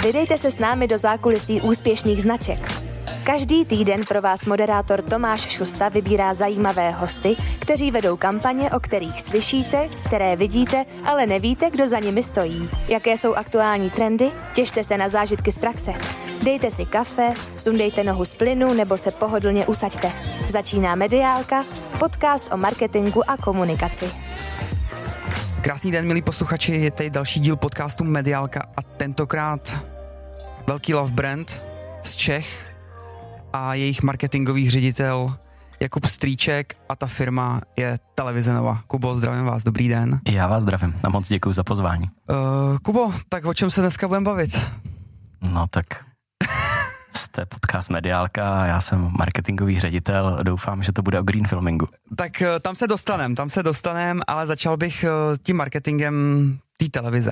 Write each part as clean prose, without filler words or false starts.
Vydejte se s námi do zákulisí úspěšných značek. Každý týden pro vás moderátor Tomáš Šusta vybírá zajímavé hosty, kteří vedou kampaně, o kterých slyšíte, které vidíte, ale nevíte, kdo za nimi stojí. Jaké jsou aktuální trendy? Těšte se na zážitky z praxe. Dejte si kafe, sundejte nohu z plynu nebo se pohodlně usaďte. Začíná Mediálka, podcast o marketingu a komunikaci. Krásný den, milí posluchači, je tady další díl podcastu Mediálka a tentokrát velký love brand z Čech a jejich marketingový ředitel Jakub Strýček a ta firma je Televize Nova. Kubo, zdravím vás, dobrý den. Já vás zdravím a moc děkuji za pozvání. Kubo, tak o čem se dneska budeme bavit? No tak jste podcast Mediálka a já jsem marketingový ředitel, doufám, že to bude o green filmingu. Tak tam se dostanem, ale začal bych tím marketingem té televize.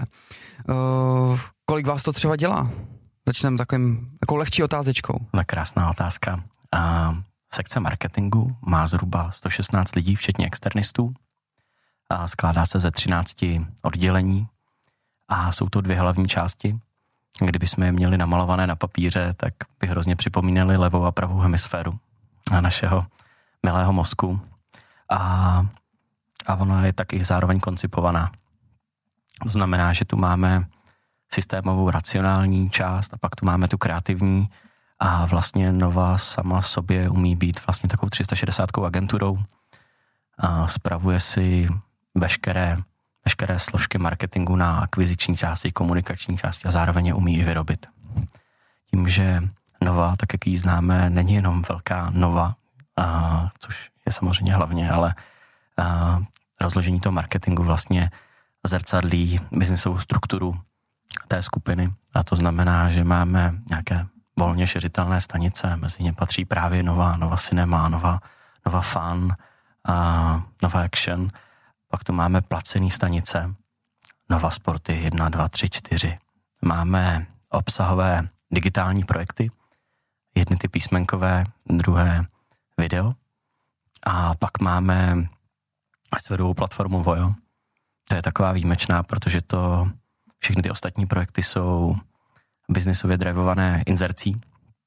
Kolik vás to třeba dělá? Začneme takovou lehčí otázečkou. No, krásná otázka. Sekce marketingu má zhruba 116 lidí, včetně externistů. A skládá se ze 13 oddělení a jsou to 2 hlavní části. Kdybychom je měli namalované na papíře, tak by hrozně připomínali levou a pravou hemisféru a našeho milého mozku. A ona je taky zároveň koncipovaná. To znamená, že tu máme systémovou racionální část a pak tu máme tu kreativní a vlastně Nova sama sobě umí být vlastně takovou 360 agenturou. A spravuje si veškeré složky marketingu na akviziční části, komunikační části a zároveň je umí i vyrobit. Tím, že Nova, tak jak ji známe, není jenom velká Nova, což je samozřejmě hlavně, ale rozložení toho marketingu vlastně zrcadlí biznisovou strukturu té skupiny. A to znamená, že máme nějaké volně šiřitelné stanice, mezi ně patří právě Nova Cinema, Nova Fun, Nova Action. Pak tu máme placené stanice, Nova Sporty 1, 2, 3, 4. Máme obsahové digitální projekty, jedny ty písmenkové, druhé video. A pak máme světovou platformu Vojo. To je taková výjimečná, protože všechny ty ostatní projekty jsou biznisově drivované inzercí.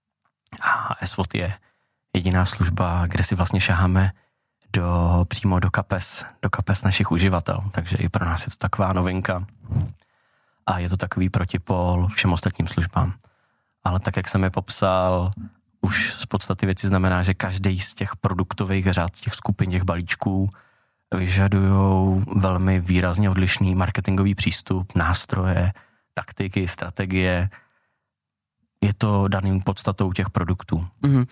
A SWOT je jediná služba, kde si vlastně šaháme přímo do kapes našich uživatelů. Takže i pro nás je to taková novinka a je to takový protipol všem ostatním službám. Ale tak, jak jsem je popsal, už z podstaty věci znamená, že každý z těch produktových řad, z těch skupin, těch balíčků vyžadujou velmi výrazně odlišný marketingový přístup, nástroje, taktiky, strategie. Je to daným podstatou těch produktů.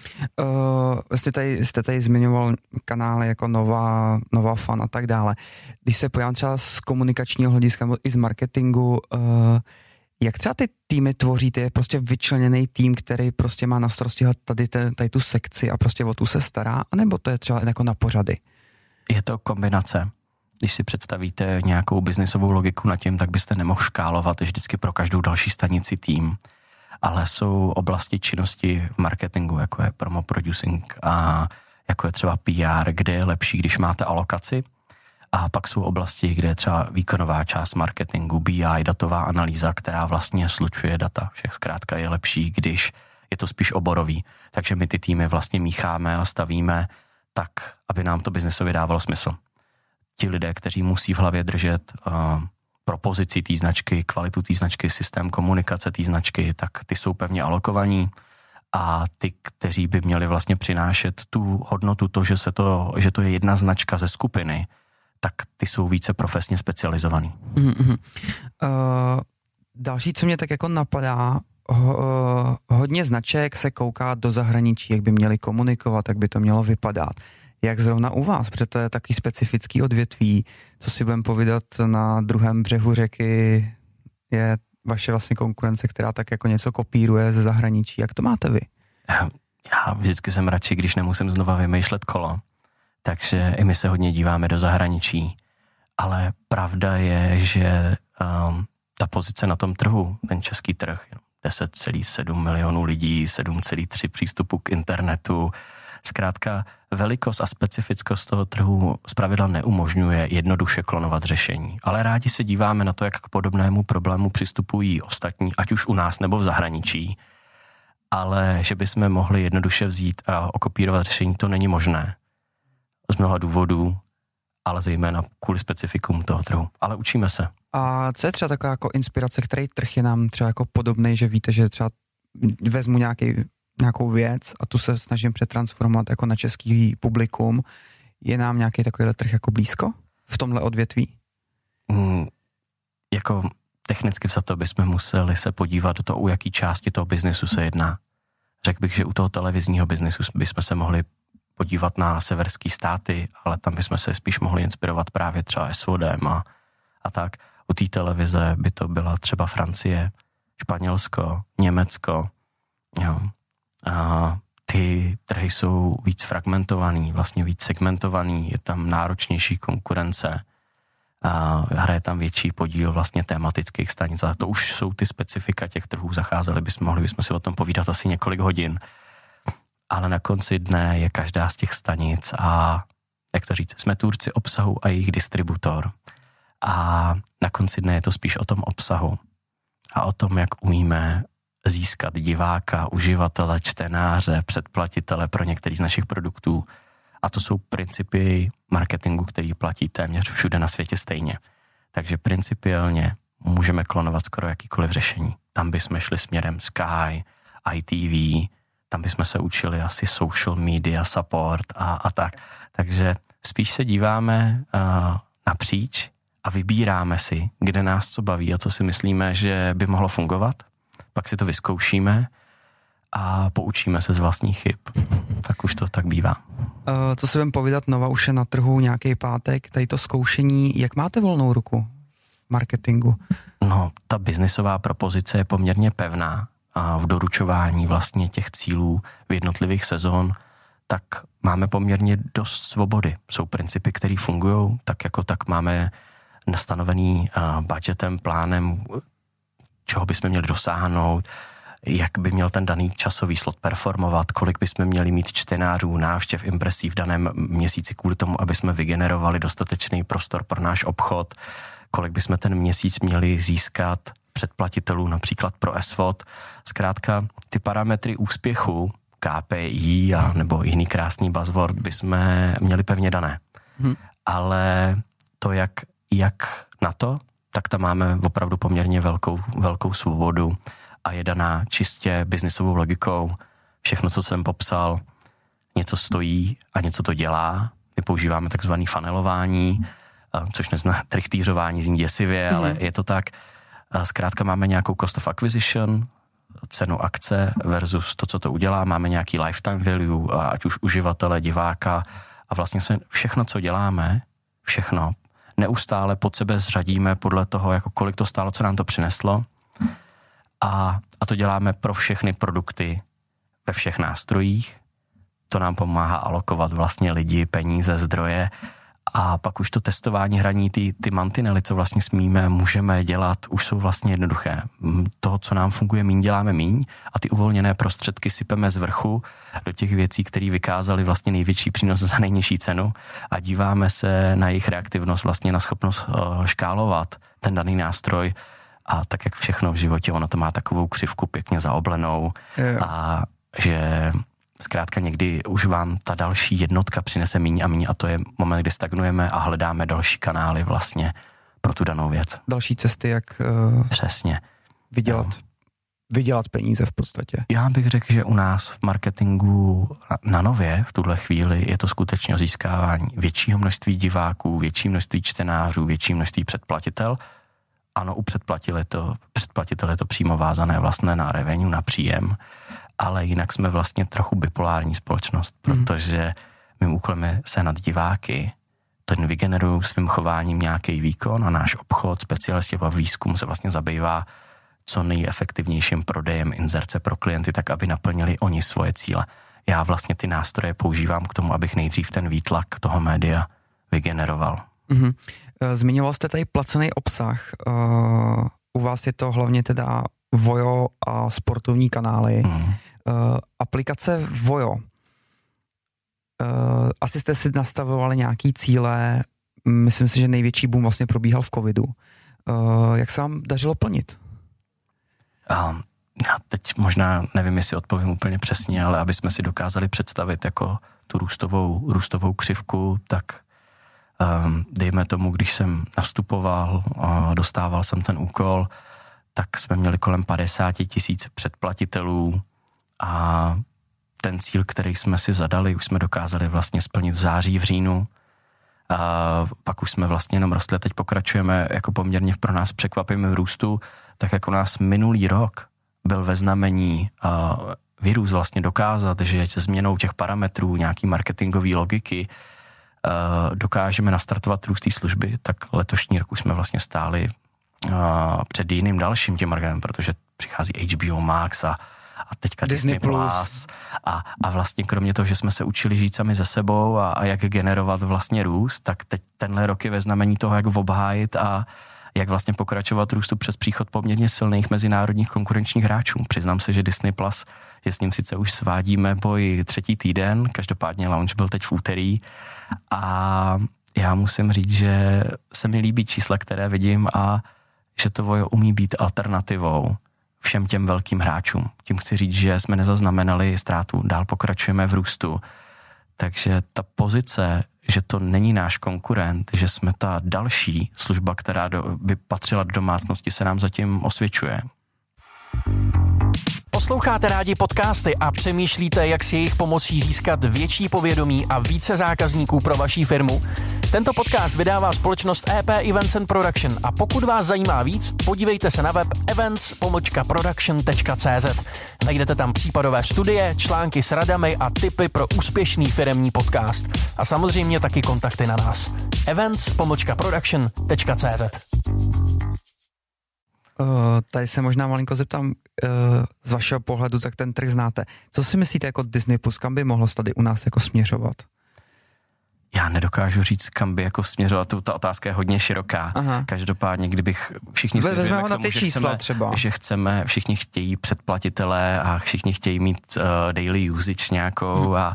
Jste tady zmiňoval kanály jako Nova Fun a tak dále. Když se podívám třeba z komunikačního hlediska i z marketingu, jak třeba ty týmy tvoříte? Je prostě vyčleněný tým, který prostě má na starosti tady tu sekci a prostě o tu se stará, anebo to je třeba jako na pořady? Je to kombinace. Když si představíte nějakou biznisovou logiku nad tím, tak byste nemohl škálovat vždycky pro každou další stanici tým. Ale jsou oblasti činnosti v marketingu, jako je promo producing a jako je třeba PR, kde je lepší, když máte alokaci. A pak jsou oblasti, kde je třeba výkonová část marketingu, BI, datová analýza, která vlastně slučuje data. Všech zkrátka je lepší, když je to spíš oborový. Takže my ty týmy vlastně mícháme a stavíme tak, aby nám to biznesově dávalo smysl. Ti lidé, kteří musí v hlavě držet propozici té značky, kvalitu té značky, systém komunikace té značky, tak ty jsou pevně alokovaní a ty, kteří by měli vlastně přinášet tu hodnotu, že to je jedna značka ze skupiny, tak ty jsou více profesně specializovaný. Další, co mě tak jako napadá, hodně značek se kouká do zahraničí, jak by měli komunikovat, jak by to mělo vypadat. Jak zrovna u vás, protože to je takový specifický odvětví, co si budeme povídat na druhém břehu řeky, je vaše vlastně konkurence, která tak jako něco kopíruje ze zahraničí. Jak to máte vy? Já vždycky jsem radši, když nemusím znova vymýšlet kolo, takže i my se hodně díváme do zahraničí, ale pravda je, že ta pozice na tom trhu, ten český trh, 10,7 milionů lidí, 7,3 přístupu k internetu, Zkrátka velikost a specifickost toho trhu zpravidla neumožňuje jednoduše klonovat řešení. Ale rádi se díváme na to, jak k podobnému problému přistupují ostatní, ať už u nás nebo v zahraničí. Ale že bychom mohli jednoduše vzít a okopírovat řešení, to není možné. Z mnoha důvodů, ale zejména kvůli specifikům toho trhu. Ale učíme se. A co je třeba taková jako inspirace, který trh je nám třeba jako podobnej, že víte, že třeba vezmu nějakou věc a tu se snažím přetransformovat jako na český publikum. Je nám nějaký takovýhle trh jako blízko v tomhle odvětví? Jako technicky za to bychom museli se podívat do toho, u jaký části toho biznesu se jedná. Řekl bych, že u toho televizního biznesu bychom se mohli podívat na severské státy, ale tam bychom se spíš mohli inspirovat právě třeba SVODem a tak. U té televize by to byla třeba Francie, Španělsko, Německo. Jo. A ty trhy jsou víc fragmentovaný, vlastně víc segmentovaný, je tam náročnější konkurence, a hraje tam větší podíl vlastně tematických stanic. A to už jsou ty specifika těch trhů, mohli bychom si o tom povídat asi několik hodin. Ale na konci dne je každá z těch stanic a, jak to říct, jsme tvůrci obsahu a jejich distributor. A na konci dne je to spíš o tom obsahu a o tom, jak umíme získat diváka, uživatele, čtenáře, předplatitele pro některý z našich produktů. A to jsou principy marketingu, který platí téměř všude na světě stejně. Takže principiálně můžeme klonovat skoro jakýkoliv řešení. Tam bychom šli směrem Sky, ITV, tam bychom se učili asi social media support a tak. Takže spíš se díváme napříč a vybíráme si, kde nás co baví a co si myslíme, že by mohlo fungovat. Pak si to vyzkoušíme a poučíme se z vlastních chyb. Tak už to tak bývá. Co si budeme povídat, Nova už je na trhu nějaký pátek, tady to zkoušení, jak máte volnou ruku v marketingu? No, ta biznisová propozice je poměrně pevná a v doručování vlastně těch cílů v jednotlivých sezón, tak máme poměrně dost svobody. Jsou principy, které fungují, tak jako tak máme nastavený budgetem, plánem, čeho bychom měli dosáhnout, jak by měl ten daný časový slot performovat, kolik bychom měli mít čtenářů, návštěv, impresí v daném měsíci kvůli tomu, aby jsme vygenerovali dostatečný prostor pro náš obchod, kolik bychom ten měsíc měli získat předplatitelů, například pro SVOD. Zkrátka, ty parametry úspěchu, KPI a nebo jiný krásný buzzword bychom měli pevně dané. Ale to, jak na to, tak tam máme opravdu poměrně velkou svobodu a je daná čistě biznisovou logikou. Všechno, co jsem popsal, něco stojí a něco to dělá. My používáme takzvané funelování, což nezná trichtýřování, zní děsivě, ale je to tak. Zkrátka máme nějakou cost of acquisition, cenu akce versus to, co to udělá. Máme nějaký lifetime value, ať už uživatele, diváka a vlastně se všechno, co děláme, všechno neustále pod sebe zřadíme podle toho, jako kolik to stálo, co nám to přineslo. A to děláme pro všechny produkty ve všech nástrojích. To nám pomáhá alokovat vlastně lidi, peníze, zdroje. A pak už to testování, hraní, ty mantinely, co vlastně smíme, můžeme dělat, už jsou vlastně jednoduché. Toho, co nám funguje míň, děláme míň a ty uvolněné prostředky sypeme z vrchu do těch věcí, které vykázaly vlastně největší přínos za nejnižší cenu a díváme se na jejich reaktivnost, vlastně na schopnost škálovat ten daný nástroj a tak, jak všechno v životě, ono to má takovou křivku pěkně zaoblenou a že zkrátka někdy už vám ta další jednotka přinese míň a míň a to je moment, kdy stagnujeme a hledáme další kanály vlastně pro tu danou věc. Další cesty, jak přesně vydělat peníze v podstatě. Já bych řekl, že u nás v marketingu na Nově v tuhle chvíli je to skutečně o získávání většího množství diváků, větší množství čtenářů, větší množství předplatitel. Ano, u předplatitel je to přímo vázané vlastně na revenue, na příjem, ale jinak jsme vlastně trochu bipolární společnost, protože mým úkolem je sehnat diváky, ten vygenerují svým chováním nějaký výkon a náš obchod, specialisti a výzkum se vlastně zabývá co nejefektivnějším prodejem inzerce pro klienty, tak aby naplnili oni svoje cíle. Já vlastně ty nástroje používám k tomu, abych nejdřív ten výtlak toho média vygeneroval. Zmiňoval jste tady placený obsah. U vás je to hlavně teda Vojo a sportovní kanály. Aplikace Vojo. asi jste si nastavovali nějaký cíle, myslím si, že největší boom vlastně probíhal v covidu. Jak se vám dařilo plnit? Já teď možná nevím, jestli odpovím úplně přesně, ale aby jsme si dokázali představit jako tu růstovou křivku, tak dejme tomu, když jsem nastupoval, dostával jsem ten úkol, tak jsme měli kolem 50 000 předplatitelů a ten cíl, který jsme si zadali, už jsme dokázali vlastně splnit v září, v říjnu. A pak už jsme vlastně jenom rostli a teď pokračujeme jako poměrně pro nás překvapivým růstu, tak jako nás minulý rok byl ve znamení vyrůst vlastně dokázat, že se změnou těch parametrů, nějaký marketingové logiky dokážeme nastartovat růst té služby, tak letošní rok už jsme vlastně stáli před jiným dalším tím marketem, protože přichází HBO Max a teďka Disney Plus a vlastně kromě toho, že jsme se učili žít sami ze sebou a jak generovat vlastně růst, tak teď tenhle rok je ve znamení toho, jak obhájit a jak vlastně pokračovat růstu přes příchod poměrně silných mezinárodních konkurenčních hráčů. Přiznám se, že Disney Plus, že s ním sice už svádíme boj 3. týden, každopádně launch byl teď v úterý a já musím říct, že se mi líbí čísla, které vidím a že to Vojo umí být alternativou všem těm velkým hráčům. Tím chci říct, že jsme nezaznamenali ztrátu, dál pokračujeme v růstu. Takže ta pozice, že to není náš konkurent, že jsme ta další služba, která by patřila do domácnosti, se nám zatím osvědčuje. Posloucháte rádi podcasty a přemýšlíte, jak si jejich pomocí získat větší povědomí a více zákazníků pro vaši firmu? Tento podcast vydává společnost EP Events and Production a pokud vás zajímá víc, podívejte se na web events-production.cz. Najdete tam případové studie, články s radami a tipy pro úspěšný firemní podcast. A samozřejmě taky kontakty na nás. events-production.cz. Tady se možná malinko zeptám, z vašeho pohledu, tak ten trh znáte. Co si myslíte jako Disney Plus, kam by mohlo tady u nás jako směřovat? Já nedokážu říct, kam by jako směřovat, ta otázka je hodně široká. Aha. Každopádně, kdybych všichni vezmeme ho na ty čísla třeba. Že chceme, všichni chtějí předplatitelé a všichni chtějí mít daily usage nějakou a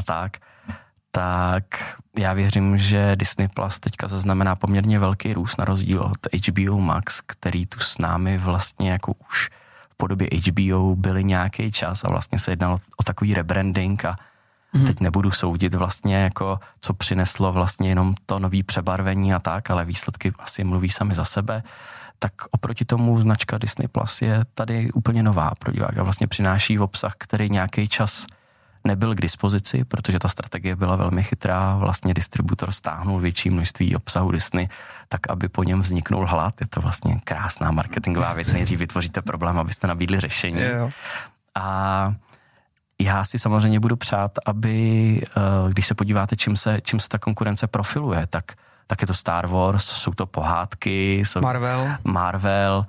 tak já věřím, že Disney Plus teďka zaznamená poměrně velký růst na rozdíl od HBO Max, který tu s námi vlastně jako už v podobě HBO byli nějaký čas a vlastně se jednalo o takový rebranding a teď nebudu soudit vlastně jako, co přineslo vlastně jenom to nový přebarvení a tak, ale výsledky asi mluví sami za sebe. Tak oproti tomu značka Disney Plus je tady úplně nová pro diváka. Vlastně přináší obsah, který nějaký čas nebyl k dispozici, protože ta strategie byla velmi chytrá. Vlastně distributor stáhnul větší množství obsahu Disney, tak aby po něm vzniknul hlad. Je to vlastně krásná marketingová věc. Nejdřív vytvoříte problém, abyste nabídli řešení. A já si samozřejmě budu přát, aby, když se podíváte, čím se ta konkurence profiluje, tak je to Star Wars, jsou to pohádky, Marvel.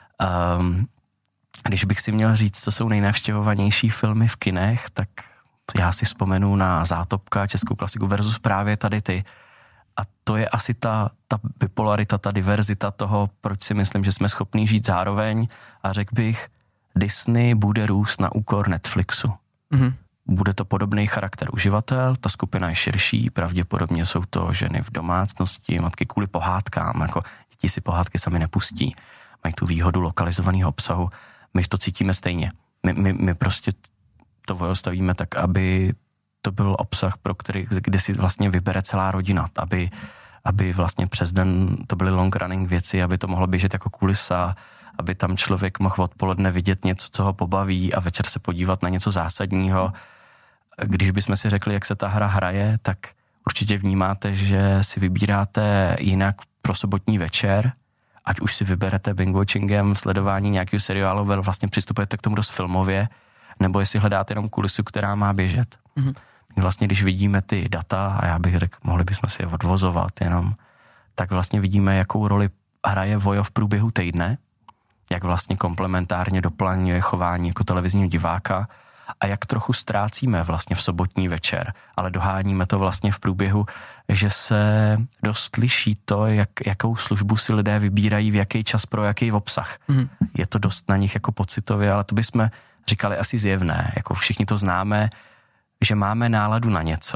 Když bych si měl říct, co jsou nejnavštěvovanější filmy v kinech, tak já si vzpomenu na Zátopka, českou klasiku versus právě tady ty. A to je asi ta bipolarita, ta diverzita toho, proč si myslím, že jsme schopní žít zároveň. A řekl bych, Disney bude růst na úkor Netflixu. Bude to podobný charakter uživatel, ta skupina je širší, pravděpodobně jsou to ženy v domácnosti, matky kvůli pohádkám, jako děti si pohádky sami nepustí. Mají tu výhodu lokalizovaného obsahu, my to cítíme stejně. My prostě to stavíme tak, aby to byl obsah, kde si vlastně vybere celá rodina, aby vlastně přes den to byly long running věci, aby to mohlo běžet jako kulisa, aby tam člověk mohl odpoledne vidět něco, co ho pobaví a večer se podívat na něco zásadního. Když bychom si řekli, jak se ta hra hraje, tak určitě vnímáte, že si vybíráte jinak pro sobotní večer, ať už si vyberete binge-watchingem, sledování nějakého seriálu, vlastně přistupujete k tomu dost filmově, nebo jestli hledáte jenom kulisu, která má běžet. Vlastně, když vidíme ty data, a já bych řekl, mohli bychom si je odvozovat jenom, tak vlastně vidíme, jakou roli hraje Vojo v průběhu týdne, jak vlastně komplementárně doplňuje chování jako televizního diváka a jak trochu ztrácíme vlastně v sobotní večer, ale doháníme to vlastně v průběhu, že se dost liší to, jakou službu si lidé vybírají, v jaký čas pro jaký obsah. Je to dost na nich jako pocitově, ale to bychom říkali asi zjevné, jako všichni to známe, že máme náladu na něco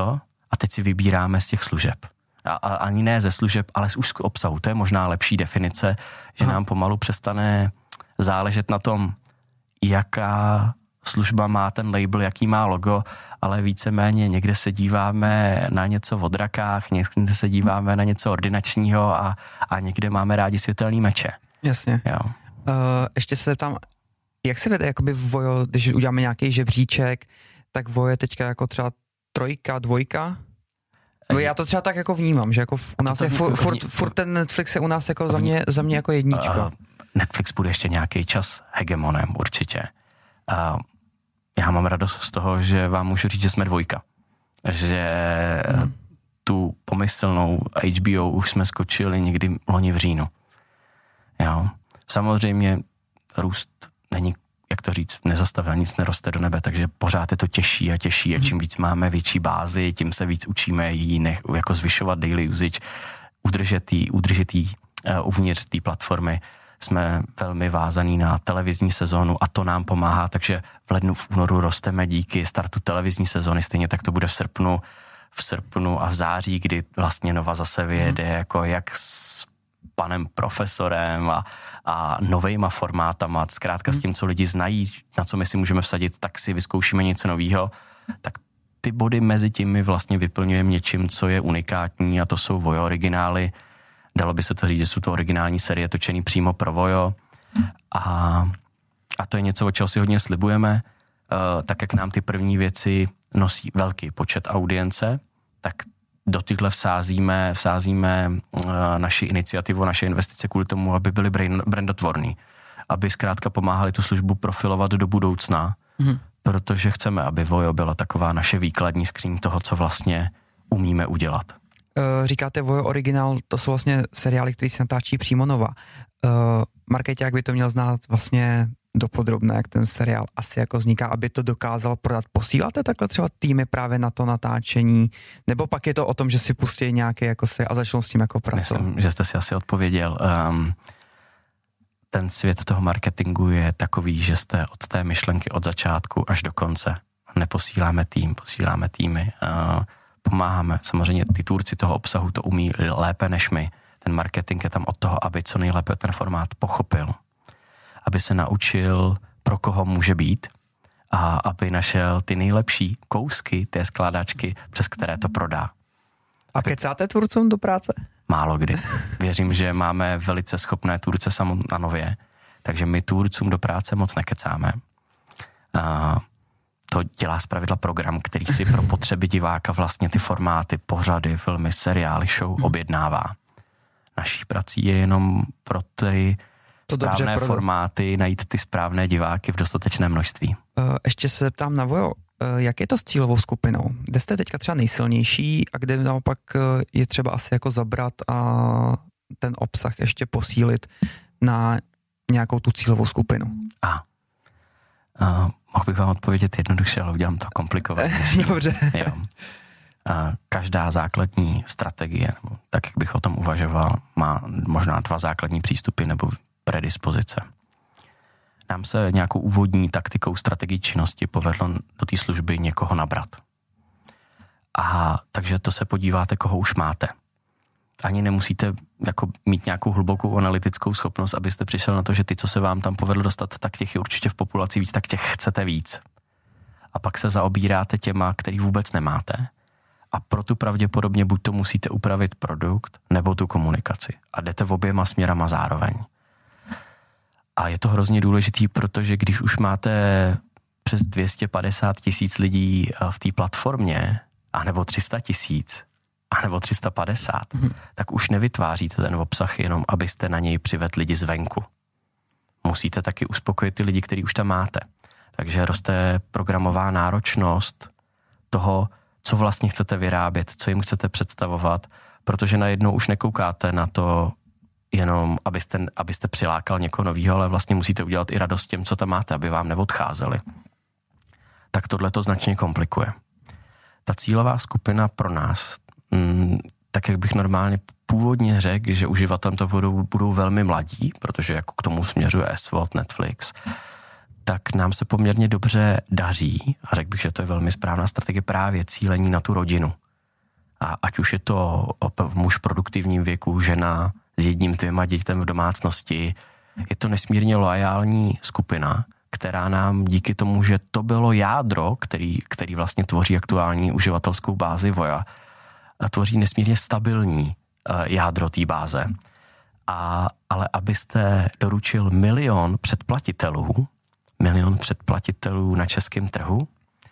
a teď si vybíráme z těch služeb. A ani ne ze služeb, ale už z obsahu. To je možná lepší definice, že nám pomalu přestane záležet na tom, jaká služba má ten label, jaký má logo, ale víceméně někde se díváme na něco o drakách, někde se díváme na něco ordinačního a někde máme rádi světelný meče. Jasně. Jo. Ještě se zeptám, jak se vede jakoby Vojo, když uděláme nějaký žebříček, tak Vojo je teďka jako třeba 3, 2? Já to třeba tak jako vnímám, že jako u nás je furt ten Netflix je u nás jako za mě jako 1. Netflix bude ještě nějaký čas hegemonem určitě. Já mám radost z toho, že vám můžu říct, že jsme 2. Že tu pomyslnou HBO už jsme skočili někdy loni v říjnu. Jo. Samozřejmě růst není, jak to říct, nezastavil, nic neroste do nebe, takže pořád je to těžší a těžší a čím víc máme větší bázi, tím se víc učíme jí jako zvyšovat daily usage, udržet jí uvnitř té platformy. Jsme velmi vázaní na televizní sezónu a to nám pomáhá, takže v lednu, v únoru rosteme díky startu televizní sezóny, stejně tak to bude v srpnu a v září, kdy vlastně Nova zase vyjede jako jak s panem profesorem a novejma formátama, zkrátka s tím, co lidi znají, na co my si můžeme vsadit, tak si vyzkoušíme něco novýho, tak ty body mezi tím my vlastně vyplňujeme něčím, co je unikátní a to jsou Vojo originály. Dalo by se to říct, že jsou to originální série točený přímo pro Vojo a to je něco, o čeho si hodně slibujeme, tak jak nám ty první věci nosí velký počet audience, tak do těchto vsázíme naši iniciativu, naše investice kvůli tomu, aby byly brandotvorný, aby zkrátka pomáhali tu službu profilovat do budoucna, protože chceme, aby Vojo byla taková naše výkladní skříň toho, co vlastně umíme udělat. Říkáte Vojo originál, to jsou vlastně seriály, které se natáčí přímo Nova. Markeťák by to měl znát vlastně dopodrobně, jak ten seriál asi jako vzniká, aby to dokázal prodat. Posíláte takhle třeba týmy právě na to natáčení, nebo pak je to o tom, že si pustí nějaké jako a začnou s tím jako pracovat? Myslím, že jste si asi odpověděl. Ten svět toho marketingu je takový, že jste od té myšlenky od začátku až do konce. Neposíláme posíláme týmy. Pomáháme. Samozřejmě ty tvůrci toho obsahu to umí lépe než my. Ten marketing je tam od toho, aby co nejlépe ten formát pochopil. Aby se naučil, pro koho může být a aby našel ty nejlepší kousky té skládačky, přes které to prodá. A kecáte tvůrcům do práce? Málo kdy. Věřím, že máme velice schopné tvůrce na Nově, takže my tvůrcům do práce moc nekecáme. To dělá zpravidla program, který si pro potřeby diváka vlastně ty formáty, pořady, filmy, seriály, show objednává. Naší prací je jenom pro ty správné formáty najít ty správné diváky v dostatečné množství. Ještě se zeptám na Vojo, jak je to s cílovou skupinou? Kde jste teďka třeba nejsilnější a kde naopak je třeba asi jako zabrat a ten obsah ještě posílit na nějakou tu cílovou skupinu? Mohl bych vám odpovědět jednoduše, ale udělám to komplikovaně. Dobře. Jo. Každá základní strategie, nebo tak, jak bych o tom uvažoval, má možná 2 základní přístupy nebo predispozice. Nám se nějakou úvodní taktikou strategii činnosti povedlo do té služby někoho nabrat. Takže to se podíváte, koho už máte. Ani nemusíte jako mít nějakou hlubokou analytickou schopnost, abyste přišel na to, že ty, co se vám tam povedlo dostat, tak těch je určitě v populaci víc, tak těch chcete víc. A pak se zaobíráte těma, který vůbec nemáte. A pro tu pravděpodobně buď to musíte upravit produkt, nebo tu komunikaci. A jdete v oběma směrama zároveň. A je to hrozně důležitý, protože když už máte přes 250 000 lidí v té platformě, anebo 300 000, anebo 350, tak už nevytváříte ten obsah jenom, abyste na něj přivedli lidi zvenku. Musíte taky uspokojit ty lidi, který už tam máte. Takže roste programová náročnost toho, co vlastně chcete vyrábět, co jim chcete představovat, protože najednou už nekoukáte na to jenom, abyste přilákal někoho novýho, ale vlastně musíte udělat i radost těm, co tam máte, aby vám neodcházeli. Tak tohle to značně komplikuje. Ta cílová skupina pro nás, tak jak bych normálně původně řekl, že uživatelem toho budou velmi mladí, protože jako k tomu směřuje SVOD, Netflix, tak nám se poměrně dobře daří, a řekl bych, že to je velmi správná strategie, právě cílení na tu rodinu. A ať už je to muž v produktivním věku, žena s 1-2 dětem v domácnosti, je to nesmírně loajální skupina, která nám díky tomu, že to bylo jádro, který vlastně tvoří aktuální uživatelskou bázi Voja, tvoří nesmírně stabilní jádro té báze. Ale abyste doručil 1 milion předplatitelů na českém trhu,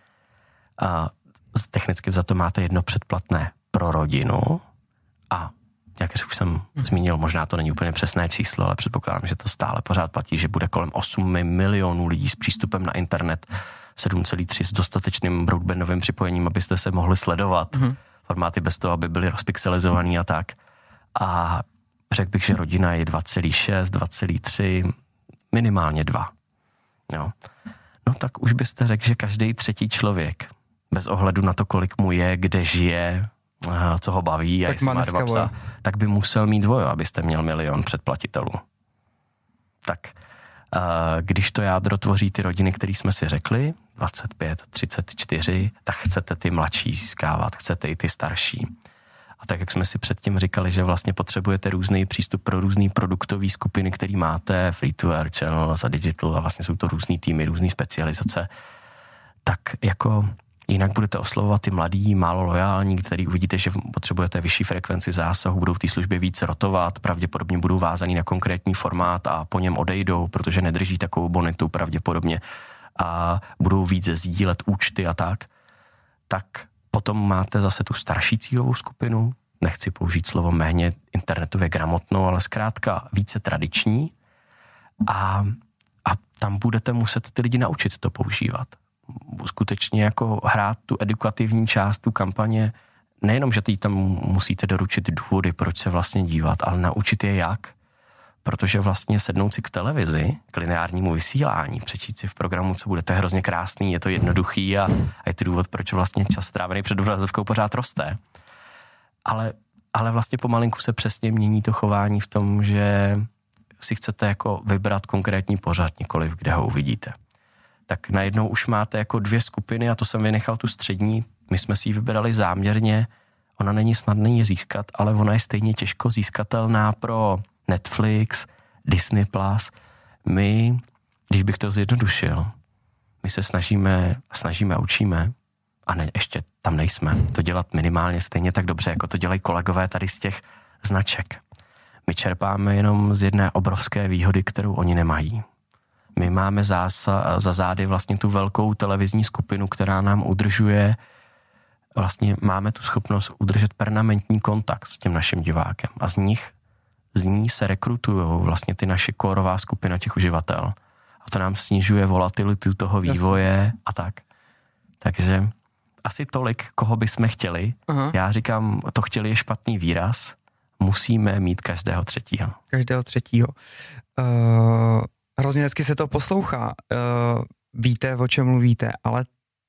technicky za to máte 1 předplatné pro rodinu a jak už jsem zmínil, možná to není úplně přesné číslo, ale předpokládám, že to stále pořád platí, že bude kolem 8 milionů lidí s přístupem na internet, 7,3 s dostatečným broadbandovým připojením, abyste se mohli sledovat formáty bez toho, aby byly rozpixelizovaný a tak. A řekl bych, že rodina je 2,6, 2,3, minimálně 2. Jo. No tak už byste řekl, že každý 3. člověk, bez ohledu na to, kolik mu je, kde žije, co ho baví a jestli má doma psa, tak by musel mít Vojo, abyste měl 1 milion předplatitelů. Tak když to jádro tvoří ty rodiny, které jsme si řekli, 25, 34, tak chcete ty mladší získávat, chcete i ty starší. A tak, jak jsme si předtím říkali, že vlastně potřebujete různý přístup pro různý produktové skupiny, který máte, free-to-air, channel, za digital a vlastně jsou to různý týmy, různý specializace, tak jako jinak budete oslovovat ty mladý, málo lojální, který uvidíte, že potřebujete vyšší frekvenci zásahu, budou v té službě víc rotovat, pravděpodobně budou vázaný na konkrétní formát a po něm odejdou, protože nedrží takovou bonitu pravděpodobně a budou víc sdílet účty a tak potom máte zase tu starší cílovou skupinu, nechci použít slovo méně internetově gramotnou, ale zkrátka více tradiční a tam budete muset ty lidi naučit to používat. Skutečně jako hrát tu edukativní část, tu kampaně, nejenom, že tam musíte doručit důvody, proč se vlastně dívat, ale naučit je jak. Protože vlastně sednout si k televizi, k lineárnímu vysílání, přečíst si v programu, co bude, to je hrozně krásný, je to jednoduchý a je to důvod, proč vlastně čas strávený před obrazovkou pořád roste. Ale vlastně pomalinku se přesně mění to chování v tom, že si chcete jako vybrat konkrétní pořad, nikoliv kde ho uvidíte. Tak najednou už máte jako 2 skupiny a to jsem vynechal tu střední. My jsme si ji vybrali záměrně. Ona není snadný je získat, ale ona je stejně těžko získatelná pro Netflix, Disney+. My, když bych to zjednodušil, my se snažíme a učíme, a ne, ještě tam nejsme, to dělat minimálně stejně tak dobře, jako to dělají kolegové tady z těch značek. My čerpáme jenom z jedné obrovské výhody, kterou oni nemají. My máme za zády vlastně tu velkou televizní skupinu, která nám udržuje, vlastně máme tu schopnost udržet permanentní kontakt s tím naším divákem a z ní se rekrutují vlastně ty naše kórová skupina těch uživatel. A to nám snižuje volatilitu toho vývoje a tak. Takže asi tolik, koho bychom chtěli. Aha. Já říkám, to chtěli je špatný výraz. Musíme mít každého 3. Každého 3. Hrozně hezky se to poslouchá. Víte, o čem mluvíte, ale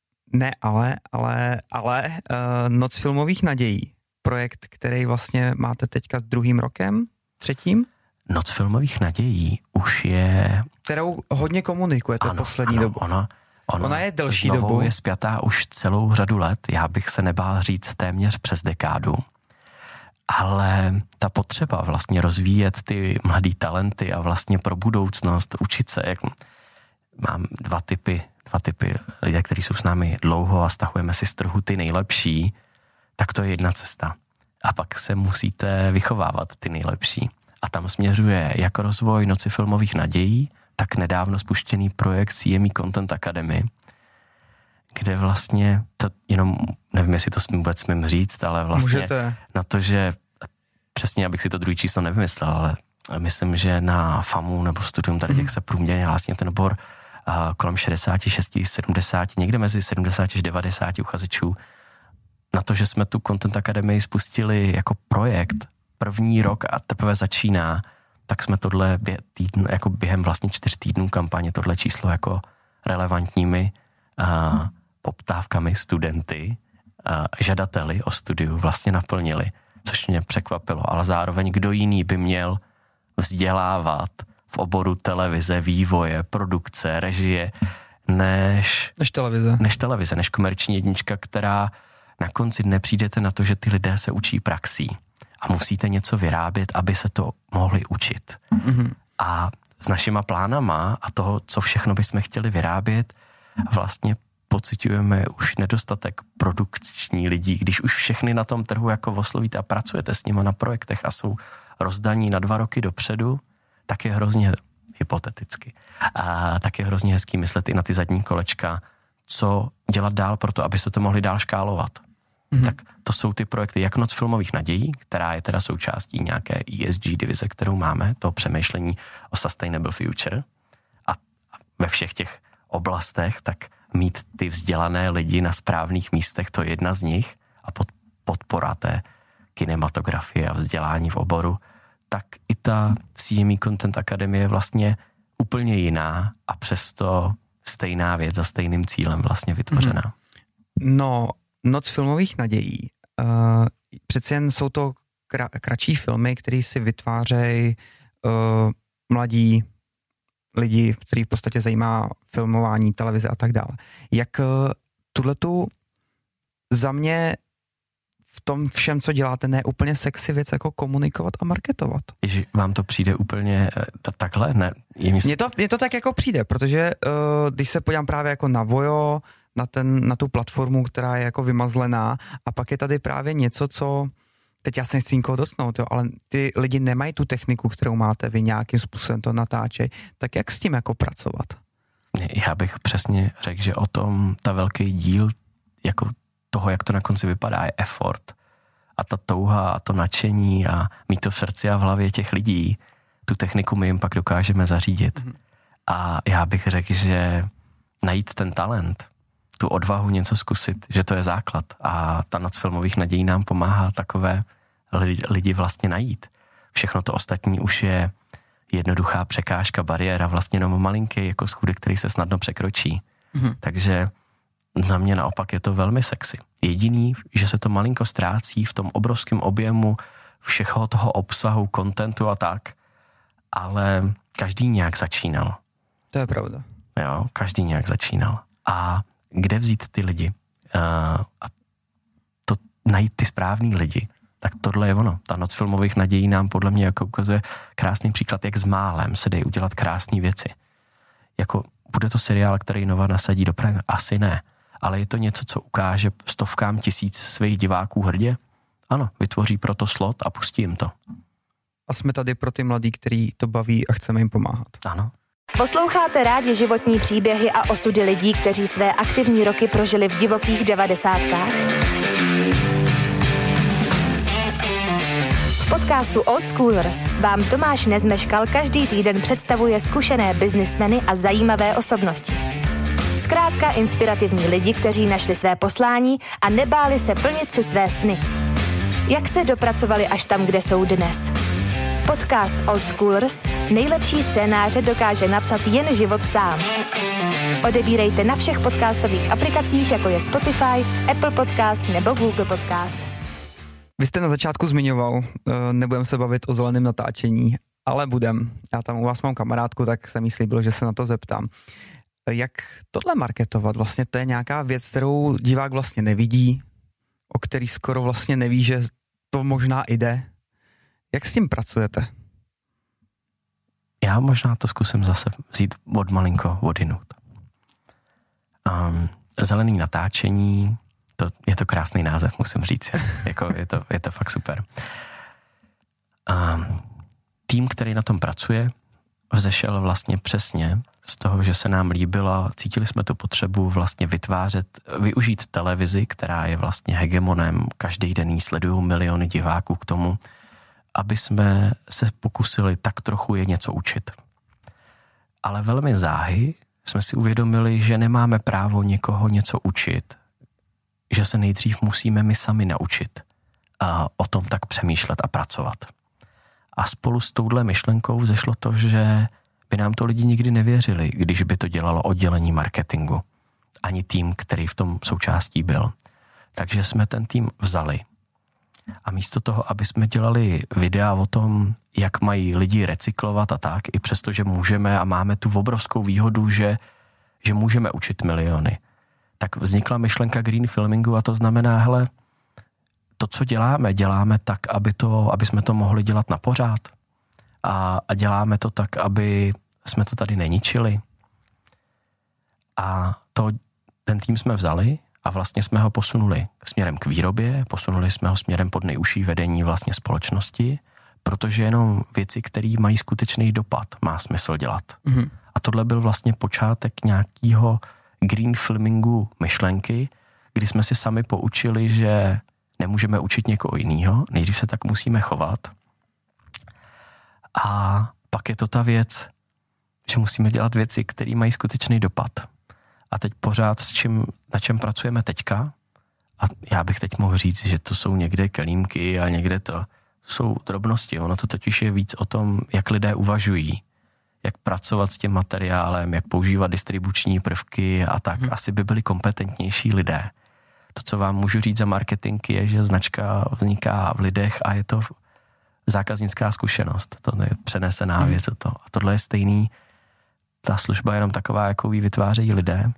Noc filmových nadějí. Projekt, který vlastně máte teďka 2. rokem, 3. Noc filmových nadějí už je... Kterou hodně komunikujete poslední dobu. Ona je delší dobu. Je spjatá už celou řadu let. Já bych se nebál říct téměř přes dekádu. Ale ta potřeba vlastně rozvíjet ty mladý talenty a vlastně pro budoucnost učit se, jak mám dva typy lidé, kteří jsou s námi dlouho a stahujeme si z trhu ty nejlepší, tak to je jedna cesta. A pak se musíte vychovávat ty nejlepší. A tam směřuje jak rozvoj Noci filmových nadějí, tak nedávno spuštěný projekt CME Content Academy, kde vlastně, to jenom, nevím, jestli to vůbec smím říct, ale vlastně můžete. Na to, že přesně, abych si to druhý číslo nevymyslel, ale myslím, že na FAMu nebo studium tady těch se průměrně hlásí ten obor kolem 66, 70, někde mezi 70 až 90 uchazečů. Na to, že jsme tu Content Academy spustili jako projekt, 1. rok a teprve začíná, tak jsme tohle jako během vlastně 4 týdnů kampaně tohle číslo jako relevantními poptávkami studenty, žadateli o studiu vlastně naplnili, což mě překvapilo, ale zároveň kdo jiný by měl vzdělávat v oboru televize, vývoje, produkce, režie, než televize, než komerční jednička, která na konci dne přijdete na to, že ty lidé se učí praxí a musíte něco vyrábět, aby se to mohli učit. Mm-hmm. A s našima plánama a toho, co všechno bychom chtěli vyrábět, vlastně pociťujeme už nedostatek produkční lidí, když už všechny na tom trhu jako oslovíte a pracujete s nimi na projektech a jsou rozdaní na 2 roky dopředu, tak je hrozně hypoteticky. A tak je hrozně hezký myslet i na ty zadní kolečka, co dělat dál pro to, aby se to mohli dál škálovat. Mm-hmm. Tak to jsou ty projekty jak Noc filmových nadějí, která je teda součástí nějaké ESG divize, kterou máme, to přemýšlení o sustainable future. A ve všech těch oblastech, tak mít ty vzdělané lidi na správných místech, to je jedna z nich, a podpora té kinematografie a vzdělání v oboru, tak i ta CME Content Akademie je vlastně úplně jiná a přesto stejná věc za stejným cílem vlastně vytvořená. No, Noc filmových nadějí. Přeci jen jsou to kratší filmy, které si vytvářejí mladí lidi, který v podstatě zajímá filmování, televize a tak dále. Jak tuhletu za mě v tom všem, co děláte, ne úplně sexy věc jako komunikovat a marketovat. Ježi, vám to přijde úplně takhle? Ne, Mně to tak jako přijde, protože když se podívám právě jako na Vojo, na tu platformu, která je jako vymazlená, a pak je tady právě něco, co teď já se nechci nikoho dotknout, jo, ale ty lidi nemají tu techniku, kterou máte, vy nějakým způsobem to natáčej, tak jak s tím jako pracovat? Já bych přesně řekl, že o tom ta velký díl jako toho, jak to na konci vypadá, je effort. A ta touha a to nadšení a mít to v srdci a v hlavě těch lidí, tu techniku my jim pak dokážeme zařídit. Mm-hmm. A já bych řekl, že najít ten talent, tu odvahu něco zkusit, že to je základ. A ta Noc filmových nadějí nám pomáhá takové lidi vlastně najít. Všechno to ostatní už je jednoduchá překážka, bariéra, vlastně jenom malinký jako schůdek, který se snadno překročí. Mm-hmm. Takže za mě naopak je to velmi sexy. Jediný, že se to malinko ztrácí v tom obrovském objemu všeho toho obsahu, kontentu a tak, ale každý nějak začínal. To je pravda. Jo, každý nějak začínal. A kde vzít ty lidi? A to najít ty správný lidi. Tak tohle je ono. Ta Noc filmových nadějí nám podle mě jako ukazuje krásný příklad, jak s málem se dají udělat krásné věci. Jako bude to seriál, který Nova nasadí do Prime? Asi ne. Ale je to něco, co ukáže stovkám tisíc svých diváků hrdě? Ano, vytvoří proto slot a pustí jim to. A jsme tady pro ty mladí, který to baví a chceme jim pomáhat. Ano. Posloucháte rádi životní příběhy a osudy lidí, kteří své aktivní roky prožili v divokých 90kách? V podcastu Old Schoolers vám Tomáš Nezmeškal každý týden představuje zkušené biznismeny a zajímavé osobnosti. Zkrátka inspirativní lidi, kteří našli své poslání a nebáli se plnit si své sny. Jak se dopracovali až tam, kde jsou dnes? Podcast Old Schoolers nejlepší scénáře dokáže napsat jen život sám. Odebírejte na všech podcastových aplikacích, jako je Spotify, Apple Podcast nebo Google Podcast. Vy jste na začátku zmiňoval, nebudem se bavit o zeleném natáčení, ale budem. Já tam u vás mám kamarádku, tak se mi slíbilo, že se na to zeptám. Jak tohle marketovat? Vlastně to je nějaká věc, kterou divák vlastně nevidí, o který skoro vlastně neví, že to možná jde. Jak s tím pracujete? Já možná to zkusím zase vzít od malinko odinut. Zelený natáčení, je to krásný název, musím říct. Jako je to fakt super. Tým, který na tom pracuje, vzešel vlastně přesně z toho, že se nám líbilo, cítili jsme tu potřebu vlastně využít televizi, která je vlastně hegemonem, každý den jí sledují miliony diváků k tomu, aby jsme se pokusili tak trochu je něco učit. Ale velmi záhy jsme si uvědomili, že nemáme právo někoho něco učit, že se nejdřív musíme my sami naučit a o tom tak přemýšlet a pracovat. A spolu s touhle myšlenkou vzešlo to, že by nám to lidi nikdy nevěřili, když by to dělalo oddělení marketingu. Ani tým, který v tom součástí byl. Takže jsme ten tým vzali. A místo toho, aby jsme dělali videa o tom, jak mají lidi recyklovat a tak, i přesto, že můžeme a máme tu obrovskou výhodu, že můžeme učit miliony, tak vznikla myšlenka green filmingu a to znamená, hele, to, co děláme tak, aby jsme to mohli dělat na pořád a děláme to tak, aby jsme to tady neničili. A ten tým jsme vzali a vlastně jsme ho posunuli směrem k výrobě, posunuli jsme ho směrem pod nejužší vedení vlastně společnosti, protože jenom věci, které mají skutečný dopad, má smysl dělat. Mm-hmm. A tohle byl vlastně počátek nějakého green filmingu myšlenky, kdy jsme si sami poučili, že nemůžeme učit někoho jiného, nejdřív se tak musíme chovat. A pak je to ta věc, že musíme dělat věci, které mají skutečný dopad. A teď pořád na čem pracujeme teďka, a já bych teď mohl říct, že to jsou někde kelímky a někde to jsou drobnosti. Ono to totiž je víc o tom, jak lidé uvažují, jak pracovat s tím materiálem, jak používat distribuční prvky a tak. Asi by byli kompetentnější lidé. To, co vám můžu říct za marketing, je, že značka vzniká v lidech a je to zákaznická zkušenost. To je přenesená věc. A tohle je stejný. Ta služba je jenom taková, jakou ji vytvářejí lidé.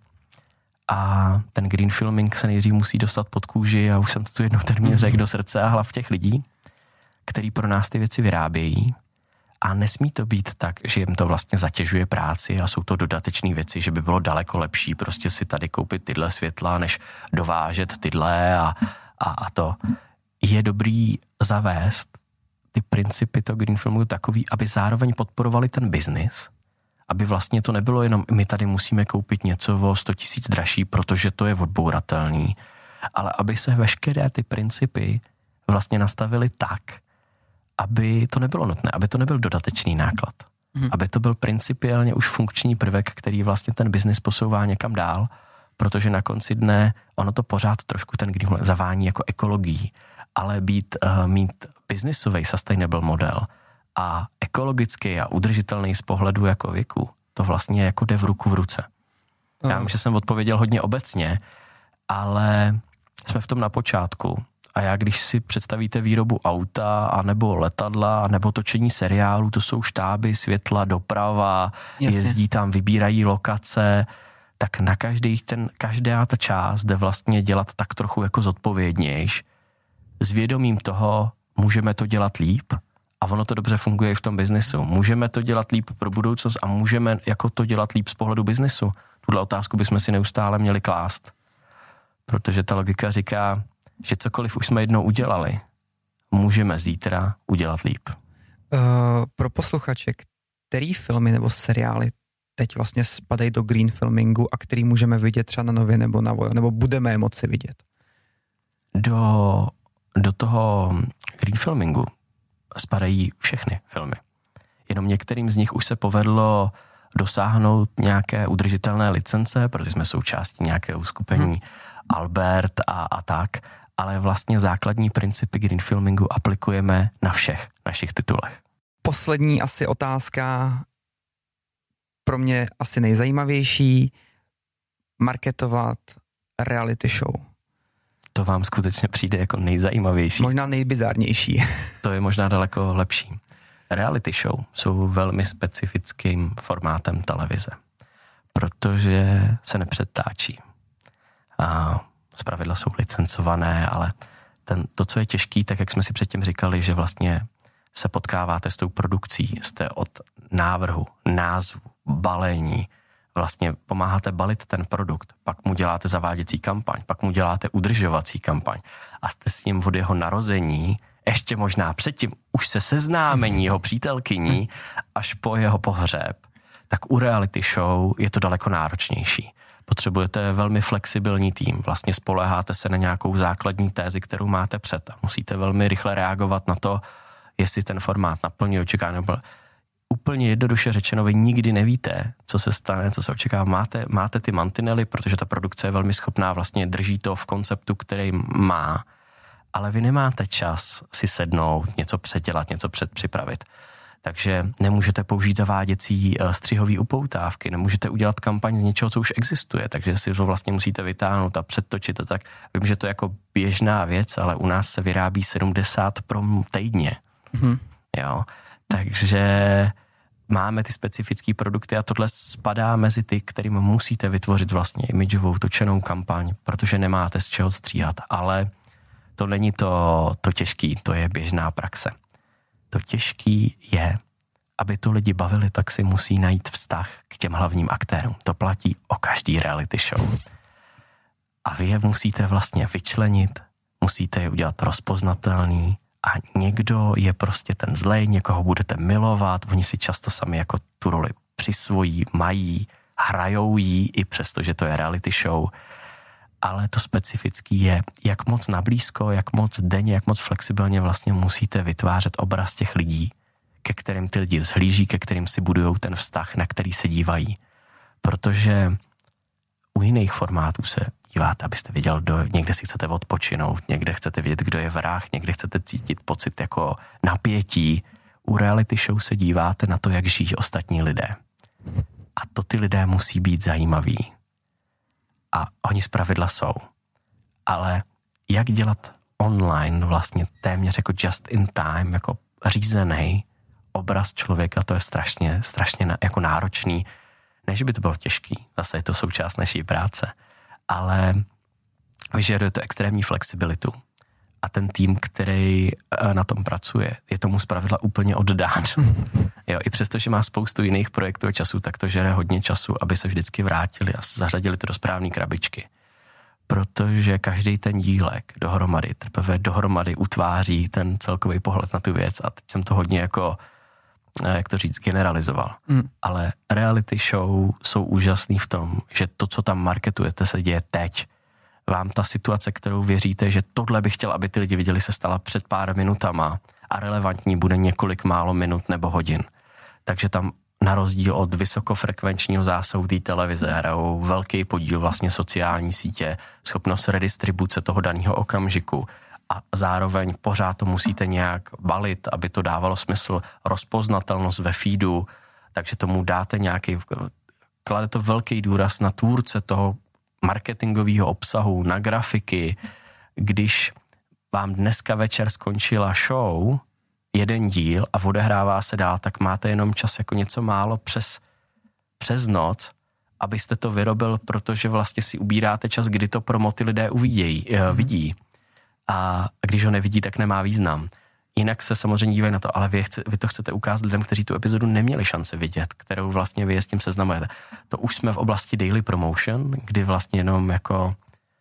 A ten green filming se nejdřív musí dostat pod kůži, a už jsem to tu jednou termín řekl, do srdce a hlav těch lidí, který pro nás ty věci vyrábějí. A nesmí to být tak, že jim to vlastně zatěžuje práci a jsou to dodatečné věci, že by bylo daleko lepší prostě si tady koupit tyhle světla, než dovážet tyhle a to. Je dobrý zavést ty principy toho green filmu takový, aby zároveň podporovali ten biznis, aby vlastně to nebylo jenom my tady musíme koupit něco o 100 000 dražší, protože to je odbouratelný, ale aby se veškeré ty principy vlastně nastavily tak, aby to nebylo nutné, aby to nebyl dodatečný náklad. Aby to byl principiálně už funkční prvek, který vlastně ten biznis posouvá někam dál, protože na konci dne ono to pořád trošku ten green zavání jako ekologií, ale mít biznisový sustainable model a ekologický a udržitelný z pohledu jako věku, to vlastně jako jde v ruku v ruce. Já vím, že jsem odpověděl hodně obecně, ale jsme v tom na počátku. A já, když si představíte výrobu auta, anebo letadla, nebo točení seriálu, to jsou štáby, světla, doprava, jezdí tam, vybírají lokace, tak na každá ta část jde vlastně dělat tak trochu jako zodpovědnějš. S vědomím toho můžeme to dělat líp a ono to dobře funguje i v tom biznesu. Můžeme to dělat líp pro budoucnost a můžeme jako to dělat líp z pohledu biznesu. Tuhle otázku bychom si neustále měli klást. Protože ta logika říká, že cokoliv už jsme jednou udělali, můžeme zítra udělat líp. Pro posluchače, který filmy nebo seriály teď vlastně spadají do green filmingu a který můžeme vidět třeba na Nově nebo na Vojo, nebo budeme je moci vidět? Do toho green filmingu spadají všechny filmy. Jenom některým z nich už se povedlo dosáhnout nějaké udržitelné licence, protože jsme součástí nějakého uskupení Albert a tak, ale vlastně základní principy green filmingu aplikujeme na všech našich titulech. Poslední asi otázka, pro mě asi nejzajímavější, marketovat reality show. To vám skutečně přijde jako nejzajímavější. Možná nejbizarnější. To je možná daleko lepší. Reality show jsou velmi specifickým formátem televize, protože se nepředtáčí. A zpravidla jsou licencované, ale to, co je těžký, tak jak jsme si předtím říkali, že vlastně se potkáváte s tou produkcí, jste od návrhu, názvu, balení, vlastně pomáháte balit ten produkt, pak mu děláte zaváděcí kampaň, pak mu děláte udržovací kampaň a jste s ním od jeho narození, ještě možná předtím už se seznámení jeho přítelkyní až po jeho pohřeb, tak u reality show je to daleko náročnější. Potřebujete velmi flexibilní tým, vlastně spoléháte se na nějakou základní tézi, kterou máte před a musíte velmi rychle reagovat na to, jestli ten formát naplní očekávání. Úplně jednoduše řečeno, vy nikdy nevíte, co se stane, co se očekává. Máte ty mantinely, protože ta produkce je velmi schopná, vlastně drží to v konceptu, který má, ale vy nemáte čas si sednout, něco předělat, něco předpřipravit. Takže nemůžete použít zaváděcí střihový upoutávky, nemůžete udělat kampaň z něčeho, co už existuje, takže si to vlastně musíte vytáhnout a předtočit to tak. Vím, že to je jako běžná věc, ale u nás se vyrábí 70 prom týdně. Jo? Takže máme ty specifické produkty a tohle spadá mezi ty, kterým musíte vytvořit vlastně imidžovou točenou kampaň, protože nemáte z čeho stříhat, ale to není to těžký, to je běžná praxe. To těžký je, aby to lidi bavili, tak si musí najít vztah k těm hlavním aktérům. To platí o každý reality show. A vy je musíte vlastně vyčlenit, musíte je udělat rozpoznatelný a někdo je prostě ten zlej, někoho budete milovat, oni si často sami jako tu roli přisvojí, mají, hrajou jí, i přesto, že to je reality show. Ale to specifický je, jak moc nablízko, jak moc denně, jak moc flexibilně vlastně musíte vytvářet obraz těch lidí, ke kterým ty lidi vzhlíží, ke kterým si budujou ten vztah, na který se dívají. Protože u jiných formátů se díváte, abyste viděl, někde si chcete odpočinout, někde chcete vidět, kdo je vrah, někde chcete cítit pocit jako napětí. U reality show se díváte na to, jak žijí ostatní lidé. A to ty lidé musí být zajímaví. A oni zpravidla jsou. Ale jak dělat online vlastně téměř jako just in time, jako řízený obraz člověka, to je strašně jako náročný. Ne, že by to bylo těžký, zase je to součást naší práce, ale vyžaduje to extrémní flexibilitu. A ten tým, který na tom pracuje, je tomu zpravidla úplně oddán. Jo, i přesto, že má spoustu jiných projektů a času, tak to žere hodně času, aby se vždycky vrátili a zařadili to do správné krabičky. Protože každý ten dílek dohromady utváří ten celkový pohled na tu věc a teď jsem to hodně jako, jak to říct, generalizoval. Ale reality show jsou úžasný v tom, že to, co tam marketujete, se děje teď. Vám ta situace, kterou věříte, že tohle bych chtěl, aby ty lidi viděli, se stala před pár minutama a relevantní bude několik málo minut nebo hodin. Takže tam na rozdíl od vysokofrekvenčního zásahu té televize hrajou velký podíl vlastně sociální sítě, schopnost redistribuce toho daného okamžiku a zároveň pořád to musíte nějak balit, aby to dávalo smysl, rozpoznatelnost ve feedu, takže tomu dáte nějaký, klade to velký důraz na tvůrce toho marketingového obsahu, na grafiky. Když vám dneska večer skončila show, jeden díl a odehrává se dál, tak máte jenom čas jako něco málo přes noc, abyste to vyrobil, protože vlastně si ubíráte čas, kdy to promo ty lidé vidí. A když ho nevidí, tak nemá význam. Jinak se samozřejmě dívají na to, ale vy to chcete ukázat lidem, kteří tu epizodu neměli šanci vidět, kterou vlastně vy s tím seznamujete. To už jsme v oblasti daily promotion, kdy vlastně jenom jako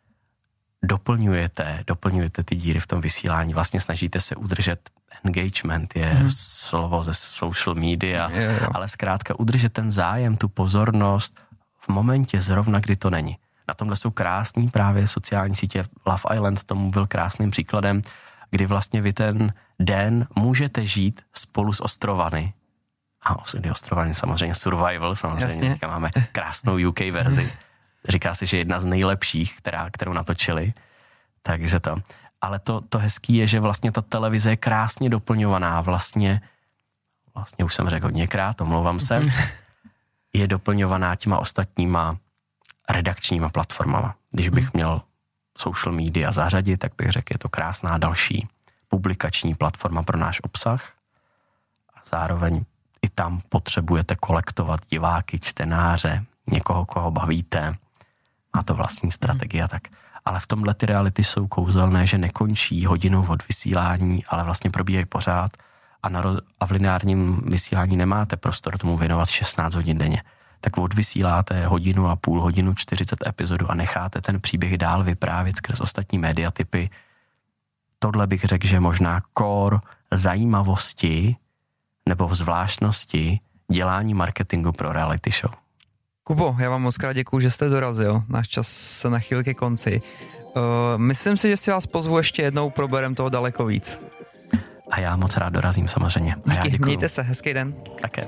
doplňujete ty díry v tom vysílání. Vlastně snažíte se udržet engagement, je slovo ze social media, ale zkrátka udržet ten zájem, tu pozornost v momentě zrovna, kdy to není. Na tomhle jsou krásný právě sociální sítě. Love Island tomu byl krásným příkladem, kdy vlastně vy ten den můžete žít spolu s ostrovany. A ostrovany samozřejmě survival, samozřejmě teďka máme krásnou UK verzi. Říká se, že jedna z nejlepších, kterou natočili. Takže to. Ale to hezký je, že vlastně ta televize je krásně doplňovaná. Vlastně už jsem řekl hodněkrát, omlouvám se. Je doplňovaná těma ostatníma redakčníma platformama. Když bych měl social media zařadit, tak bych řekl, je to krásná další publikační platforma pro náš obsah. A zároveň i tam potřebujete kolektovat diváky, čtenáře, někoho, koho bavíte. Má to vlastní strategie, tak. Ale v tomhle ty reality jsou kouzelné, že nekončí hodinou od vysílání, ale vlastně probíhají pořád a v lineárním vysílání nemáte prostor tomu věnovat 16 hodin denně. Tak odvysíláte hodinu a půl, hodinu 40 epizodu a necháte ten příběh dál vyprávět skrz ostatní mediatypy. Tohle bych řekl, že možná core zajímavosti nebo zvláštnosti dělání marketingu pro reality show. Kubo, já vám moc krát děkuju, že jste dorazil. Náš čas se nachýl ke konci. Myslím si, že si vás pozvu ještě jednou, proberem toho daleko víc. A já moc rád dorazím samozřejmě. A já děkuju. Mějte se, hezký den. Také.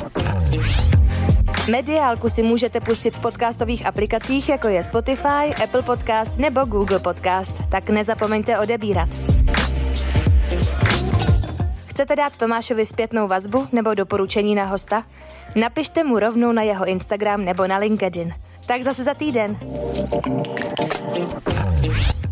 Mediálku si můžete pustit v podcastových aplikacích, jako je Spotify, Apple Podcast nebo Google Podcast, tak nezapomeňte odebírat. Chcete dát Tomášovi zpětnou vazbu nebo doporučení na hosta? Napište mu rovnou na jeho Instagram nebo na LinkedIn. Tak zase za týden.